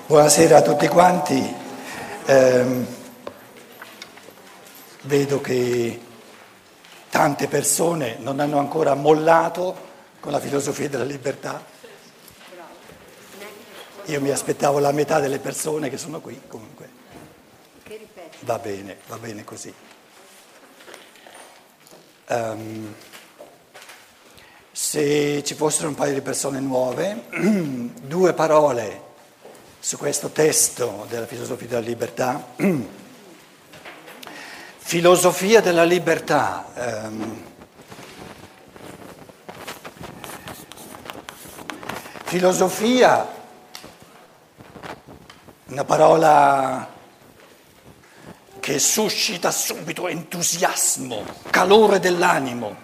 Buonasera a tutti quanti. Vedo che tante persone non hanno ancora mollato con la filosofia della libertà. Io mi aspettavo la metà delle persone che sono qui, comunque. Va bene così. Se ci fossero un paio di persone nuove, due parole su questo testo della filosofia della libertà. Filosofia della libertà. Filosofia, una parola che suscita subito entusiasmo, calore dell'animo.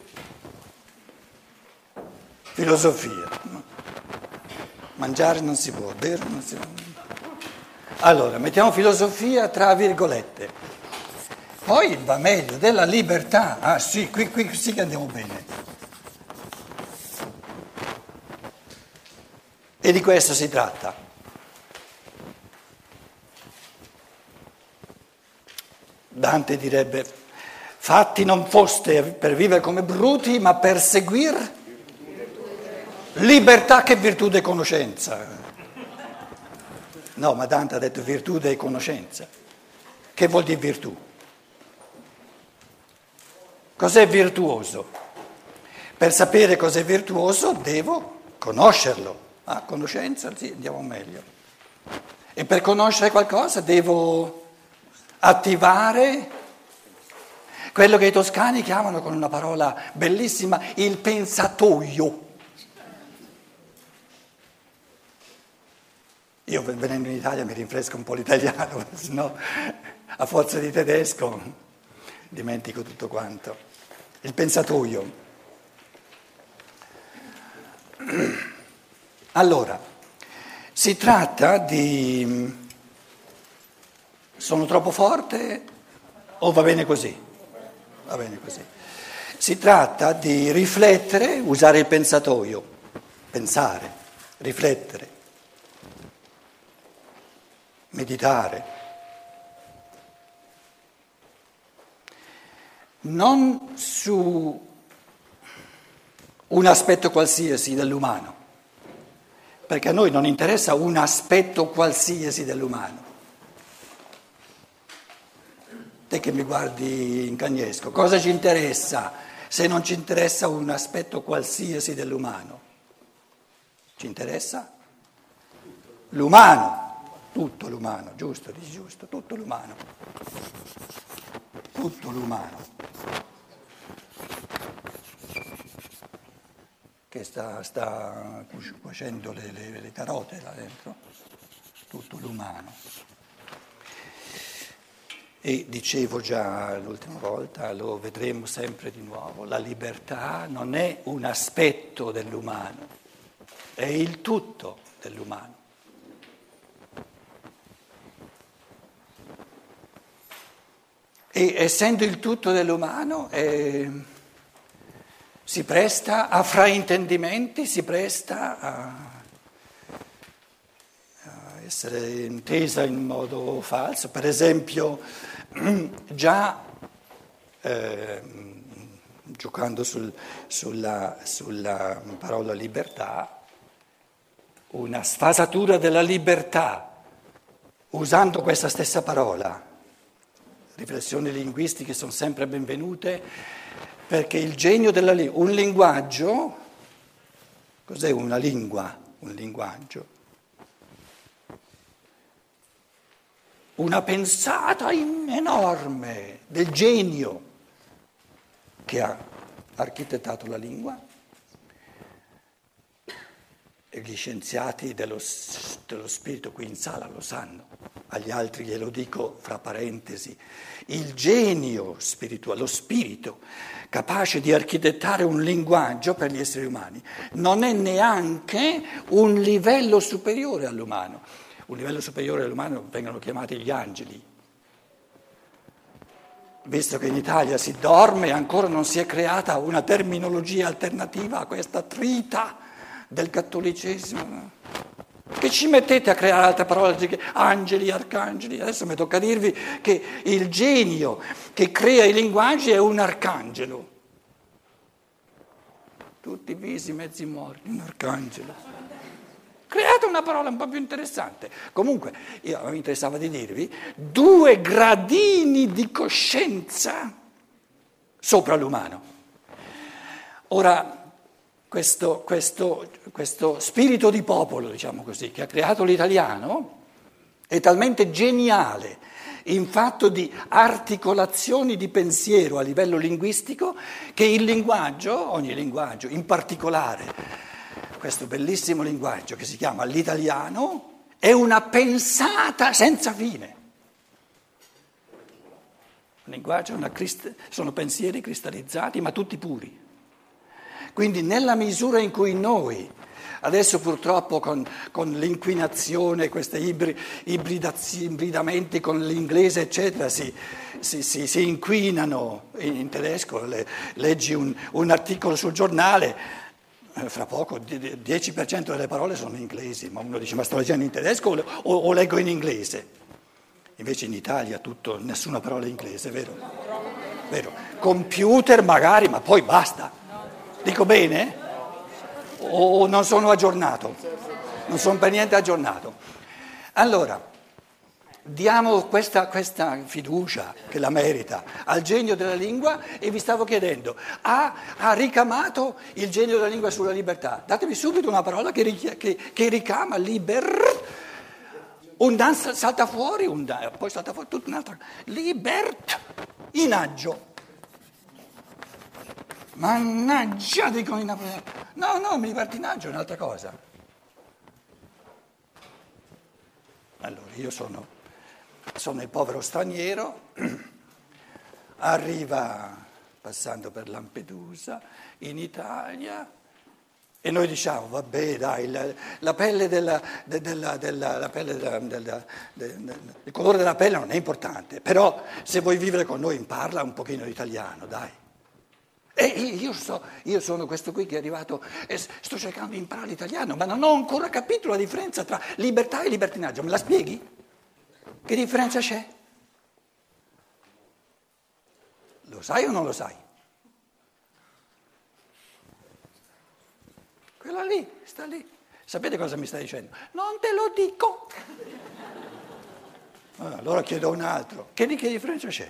Filosofia. Mangiare non si può, bere non si può. Allora, mettiamo filosofia tra virgolette. Poi va meglio, della libertà. Ah sì, qui sì che andiamo bene. E di questo si tratta. Dante direbbe, fatti non foste per vivere come bruti, ma per seguir libertà che virtù e conoscenza. No, ma Dante ha detto virtù e conoscenza. Che vuol dire virtù? Cos'è virtuoso? Per sapere cos'è virtuoso devo conoscerlo. Ah, conoscenza, sì, andiamo meglio. E per conoscere qualcosa devo attivare quello che i toscani chiamano con una parola bellissima il pensatoio. Io venendo in Italia mi rinfresco un po' l'italiano, sennò a forza di tedesco dimentico tutto quanto. Il pensatoio. Allora, si tratta di... Sono troppo forte o va bene così? Va bene così. Si tratta di riflettere, usare il pensatoio, pensare, riflettere. Meditare, non su un aspetto qualsiasi dell'umano, perché a noi non interessa un aspetto qualsiasi dell'umano. Te che mi guardi in cagnesco, cosa ci interessa se non ci interessa un aspetto qualsiasi dell'umano? Ci interessa l'umano. Tutto l'umano, giusto, dici giusto, tutto l'umano. Tutto l'umano. Che sta cuocendo le carote là dentro. Tutto l'umano. E dicevo già l'ultima volta, lo vedremo sempre di nuovo, la libertà non è un aspetto dell'umano, è il tutto dell'umano. E essendo il tutto dell'umano si presta a fraintendimenti, si presta a essere intesa in modo falso. Per esempio, già giocando sulla parola libertà, una sfasatura della libertà, usando questa stessa parola. Riflessioni linguistiche sono sempre benvenute perché il genio della lingua, un linguaggio, cos'è una lingua? Un linguaggio. Una pensata enorme del genio che ha architettato la lingua. E gli scienziati dello spirito qui in sala lo sanno, agli altri glielo dico fra parentesi. Il genio spirituale, lo spirito capace di architettare un linguaggio per gli esseri umani non è neanche un livello superiore all'umano. Un livello superiore all'umano vengono chiamati gli angeli. Visto che in Italia si dorme e ancora non si è creata una terminologia alternativa a questa trita del cattolicesimo. Che ci mettete a creare altre parole, angeli, arcangeli? Adesso mi tocca dirvi che il genio che crea i linguaggi è un arcangelo. Tutti visi mezzi morti, un arcangelo. Create una parola un po' più interessante. Comunque, mi interessava di dirvi 2 gradini di coscienza sopra l'umano. Ora, questo spirito di popolo, diciamo così, che ha creato l'italiano, è talmente geniale in fatto di articolazioni di pensiero a livello linguistico che il linguaggio, ogni linguaggio, in particolare questo bellissimo linguaggio che si chiama l'italiano, è una pensata senza fine. Il linguaggio sono pensieri cristallizzati, ma tutti puri. Quindi nella misura in cui noi, adesso purtroppo con l'inquinazione, questi ibridamenti con l'inglese eccetera, si inquinano in tedesco, leggi un articolo sul giornale, fra poco 10% delle parole sono inglesi, ma uno dice ma sto leggendo in tedesco o leggo in inglese? Invece in Italia nessuna parola è inglese, vero? Vero? Computer magari, ma poi basta. Dico bene? O non sono aggiornato? Non sono per niente aggiornato. Allora, diamo questa fiducia che la merita al genio della lingua e vi stavo chiedendo, ha ricamato il genio della lingua sulla libertà? Datemi subito una parola che ricama un dan salta fuori, poi salta fuori tutta un'altra. Inaggio. Mannaggia, dicono i napoletani. No, libertinaggio è un'altra cosa. Allora, io sono il povero straniero, arriva passando per Lampedusa, in Italia, e noi diciamo, vabbè dai, la pelle il colore della pelle non è importante, però se vuoi vivere con noi parla un pochino italiano, dai. E io sono questo qui che è arrivato e sto cercando di imparare l'italiano, ma non ho ancora capito la differenza tra libertà e libertinaggio. Me la spieghi? Che differenza c'è? Lo sai o non lo sai? Quella lì, sta lì. Sapete cosa mi sta dicendo? Non te lo dico. Allora chiedo a un altro. Che differenza c'è?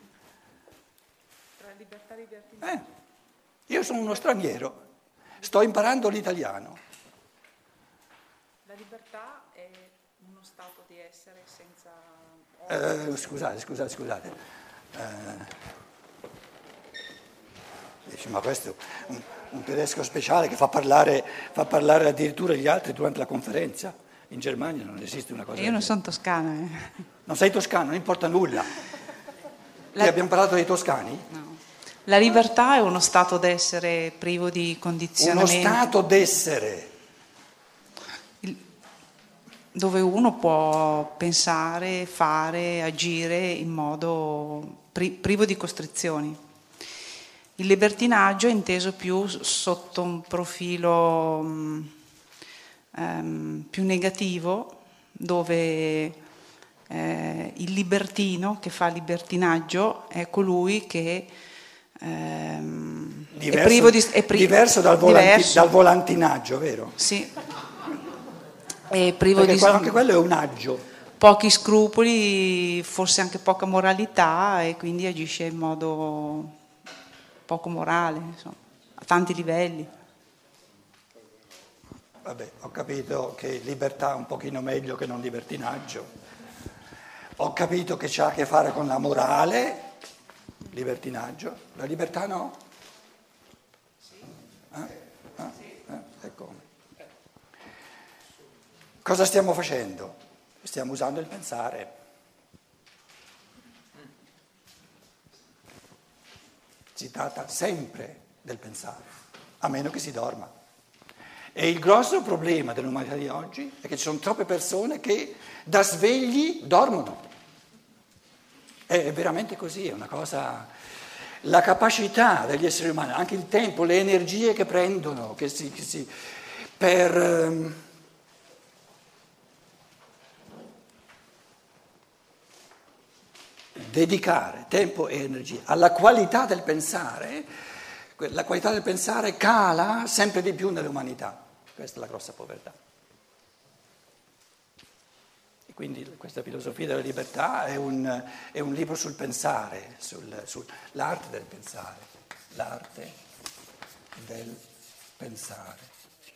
Tra libertà e libertinaggio. Io sono uno straniero, sto imparando l'italiano. La libertà è uno stato di essere senza... Scusate. Dice, ma questo è un tedesco speciale che fa parlare addirittura gli altri durante la conferenza. In Germania non esiste una cosa. Io non sono toscana. Non sei toscano, non importa nulla. Abbiamo parlato dei toscani? No. La libertà è uno stato d'essere privo di condizionamenti. Uno stato d'essere. Dove uno può pensare, fare, agire in modo privo di costrizioni. Il libertinaggio è inteso più sotto un profilo più negativo, dove il libertino che fa libertinaggio è colui che diverso dal volantinaggio, vero? Sì. È privo perché anche quello è un aggio. Pochi scrupoli, forse anche poca moralità, e quindi agisce in modo poco morale, insomma, a tanti livelli. Vabbè, ho capito che libertà è un pochino meglio che non libertinaggio. Ho capito che c'ha a che fare con la morale, libertinaggio. La libertà no? Ecco. Cosa stiamo facendo? Stiamo usando il pensare. Si tratta sempre del pensare, a meno che si dorma. E il grosso problema dell'umanità di oggi è che ci sono troppe persone che da svegli dormono. È veramente così, è una cosa... La capacità degli esseri umani, anche il tempo, le energie che prendono, per dedicare tempo e energia alla qualità del pensare, la qualità del pensare cala sempre di più nell'umanità. Questa è la grossa povertà. E quindi questa filosofia della libertà è un libro sul pensare, sull'arte del pensare, l'arte del pensare.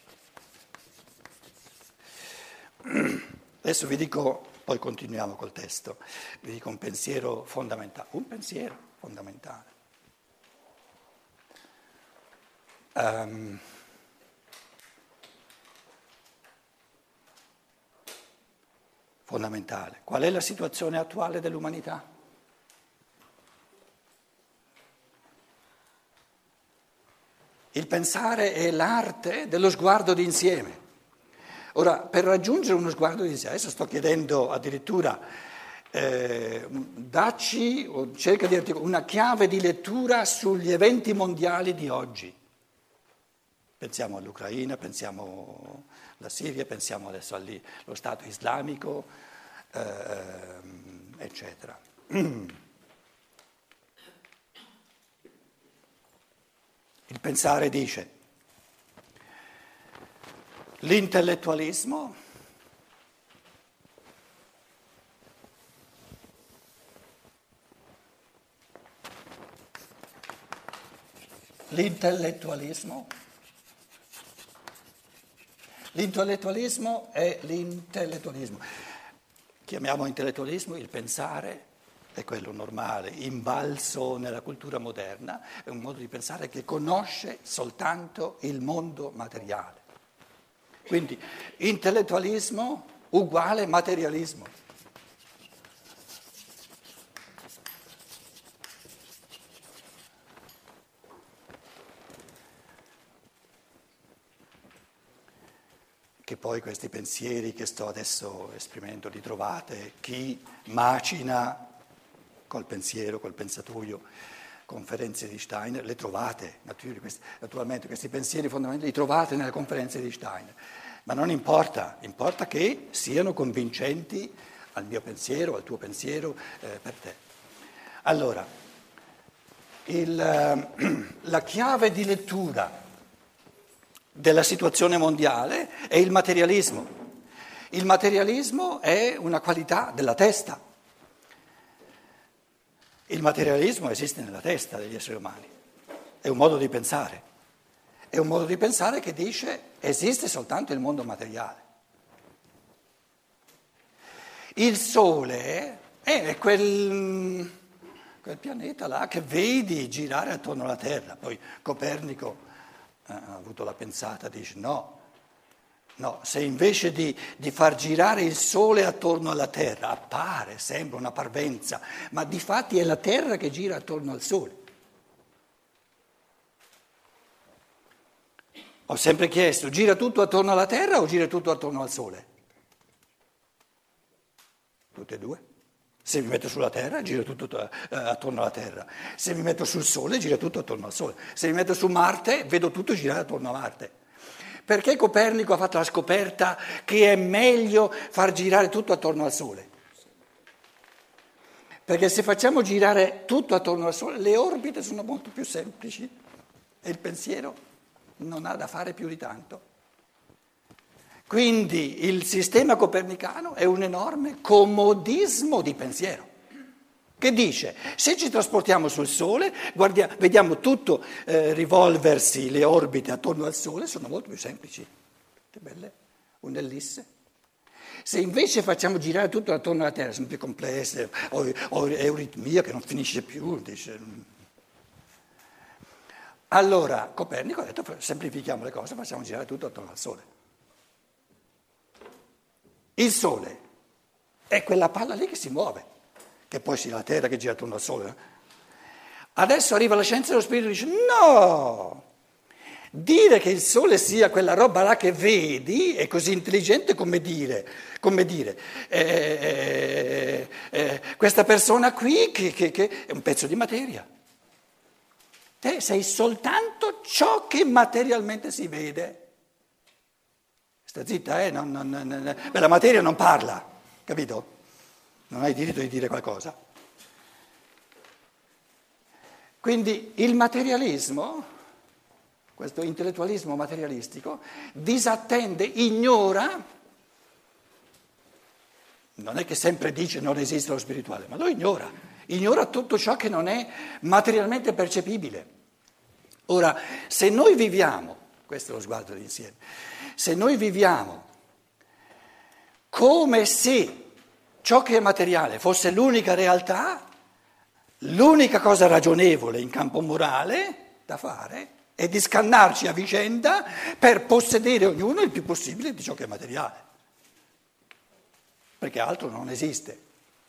Adesso vi dico, poi continuiamo col testo, vi dico un pensiero fondamentale. Fondamentale. Qual è la situazione attuale dell'umanità? Il pensare è l'arte dello sguardo d'insieme. Ora, per raggiungere uno sguardo d'insieme, adesso sto chiedendo addirittura, dacci o cerca di articolare una chiave di lettura sugli eventi mondiali di oggi. Pensiamo all'Ucraina, pensiamo alla Siria, pensiamo adesso allo Stato islamico, eccetera. Il pensare dice, l'intellettualismo è l'intellettualismo. Chiamiamo intellettualismo il pensare, è quello normale, invalso nella cultura moderna, è un modo di pensare che conosce soltanto il mondo materiale. Quindi intellettualismo uguale materialismo. Che poi questi pensieri che sto adesso esprimendo li trovate, chi macina col pensiero, col pensatoio, conferenze di Steiner, le trovate, naturalmente questi pensieri fondamentali li trovate nelle conferenze di Steiner, ma non importa, importa che siano convincenti al mio pensiero, al tuo pensiero, per te. Allora, la chiave di lettura della situazione mondiale è il materialismo. Il materialismo è una qualità della testa. Il materialismo esiste nella testa degli esseri umani, è un modo di pensare. È un modo di pensare che dice esiste soltanto il mondo materiale. Il Sole è quel pianeta là che vedi girare attorno alla Terra. Poi Copernico ha avuto la pensata, dice no, se invece di far girare il Sole attorno alla Terra, sembra una parvenza, ma di fatti è la Terra che gira attorno al Sole. Ho sempre chiesto, gira tutto attorno alla Terra o gira tutto attorno al Sole? Tutte e due. Se mi metto sulla Terra, gira tutto attorno alla Terra. Se mi metto sul Sole, gira tutto attorno al Sole. Se mi metto su Marte, vedo tutto girare attorno a Marte. Perché Copernico ha fatto la scoperta che è meglio far girare tutto attorno al Sole? Perché se facciamo girare tutto attorno al Sole, le orbite sono molto più semplici e il pensiero non ha da fare più di tanto. Quindi il sistema copernicano è un enorme comodismo di pensiero, che dice, se ci trasportiamo sul Sole, vediamo tutto rivolversi, le orbite attorno al Sole sono molto più semplici, che belle, un'ellisse. Se invece facciamo girare tutto attorno alla Terra, sono più complesse, o euritmia che non finisce più, dice. Allora Copernico ha detto, semplifichiamo le cose, facciamo girare tutto attorno al Sole. Il Sole è quella palla lì che si muove, che poi sia la Terra che gira attorno al Sole. Adesso arriva la scienza dello spirito e dice no, dire che il Sole sia quella roba là che vedi è così intelligente come dire questa persona qui che è un pezzo di materia. Te sei soltanto ciò che materialmente si vede. Sta zitta, la materia non parla, capito? Non hai diritto di dire qualcosa. Quindi il materialismo, questo intellettualismo materialistico, disattende, ignora, non è che sempre dice non esiste lo spirituale, ma lo ignora tutto ciò che non è materialmente percepibile. Ora, se noi viviamo, questo è lo sguardo d'insieme, se noi viviamo come se ciò che è materiale fosse l'unica realtà, l'unica cosa ragionevole in campo morale da fare è di scannarci a vicenda per possedere ognuno il più possibile di ciò che è materiale, perché altro non esiste.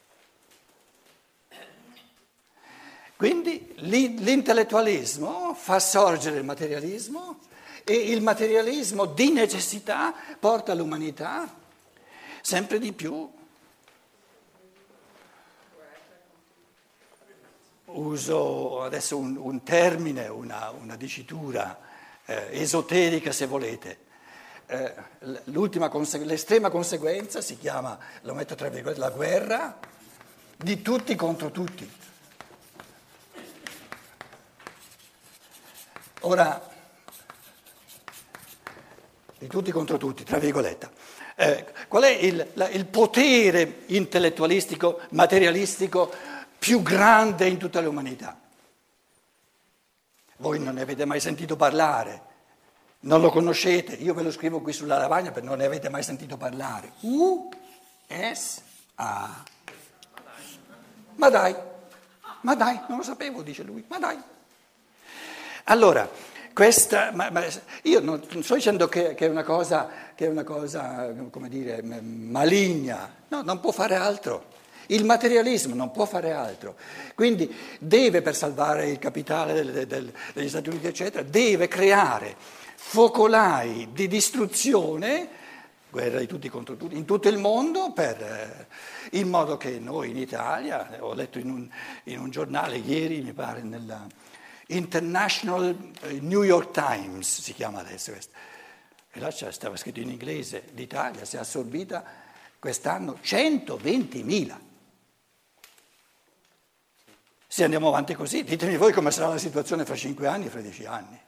Quindi l'intellettualismo fa sorgere il materialismo e il materialismo di necessità porta l'umanità sempre di più. Uso adesso un termine, una dicitura esoterica se volete. L'estrema conseguenza si chiama, lo metto tra virgolette, la guerra di tutti contro tutti. Ora, di tutti contro tutti, tra virgolette. Qual è il potere intellettualistico, materialistico più grande in tutta l'umanità? Voi non ne avete mai sentito parlare, non lo conoscete, io ve lo scrivo qui sulla lavagna perché non ne avete mai sentito parlare. USA. Ma dai, non lo sapevo, dice lui, ma dai. Allora, io non sto dicendo che è una cosa, come dire, maligna, no, non può fare altro. Il materialismo non può fare altro, quindi deve, per salvare il capitale degli Stati Uniti, eccetera, deve creare focolai di distruzione, guerra di tutti contro tutti, in tutto il mondo, in modo che noi in Italia, ho letto in un giornale ieri, mi pare, nella International New York Times, si chiama adesso questo, e là stava scritto in inglese, l'Italia si è assorbita quest'anno 120.000. Se andiamo avanti così, ditemi voi come sarà la situazione fra 5 anni e fra 10 anni.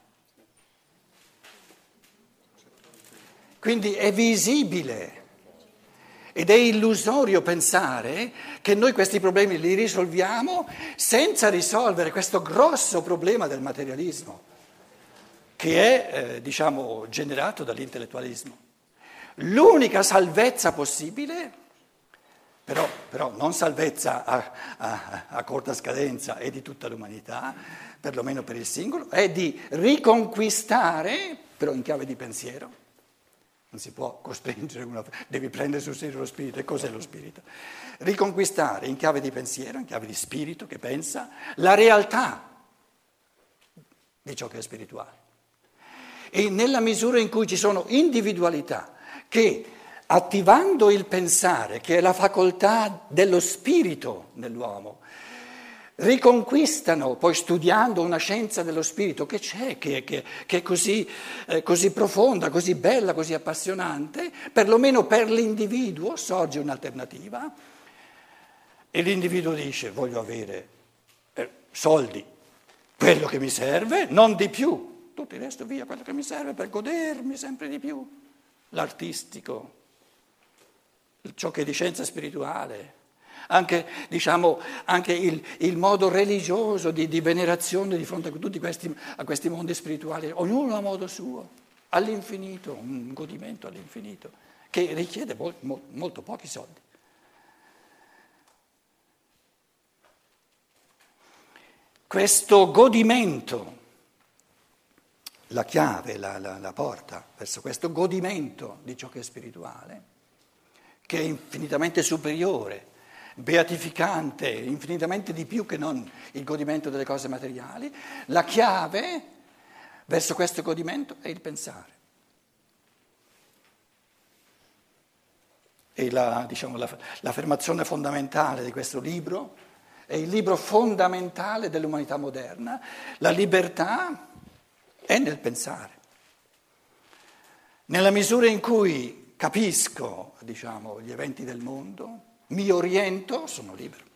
Quindi è visibile ed è illusorio pensare che noi questi problemi li risolviamo senza risolvere questo grosso problema del materialismo, che è, generato dall'intellettualismo. L'unica salvezza possibile, però non salvezza a corta scadenza e di tutta l'umanità, perlomeno per il singolo, è di riconquistare, però in chiave di pensiero. Non si può costringere devi prendere sul serio lo spirito. E cos'è lo spirito? Riconquistare in chiave di pensiero, in chiave di spirito che pensa, la realtà di ciò che è spirituale. E nella misura in cui ci sono individualità che, attivando il pensare, che è la facoltà dello spirito nell'uomo, riconquistano, poi studiando una scienza dello spirito che c'è, che è così profonda, così bella, così appassionante, perlomeno per l'individuo sorge un'alternativa e l'individuo dice voglio avere soldi, quello che mi serve, non di più, tutto il resto via, quello che mi serve per godermi sempre di più, l'artistico, ciò che è di scienza spirituale. Anche il modo religioso di venerazione di fronte a tutti questi mondi spirituali, ognuno a modo suo, all'infinito, un godimento all'infinito, che richiede molto pochi soldi. Questo godimento, la chiave, la porta verso questo godimento di ciò che è spirituale, che è infinitamente superiore, beatificante, infinitamente di più che non il godimento delle cose materiali, la chiave verso questo godimento è il pensare. E l'affermazione fondamentale di questo libro è il libro fondamentale dell'umanità moderna. La libertà è nel pensare. Nella misura in cui capisco, gli eventi del mondo, mi oriento, sono libero.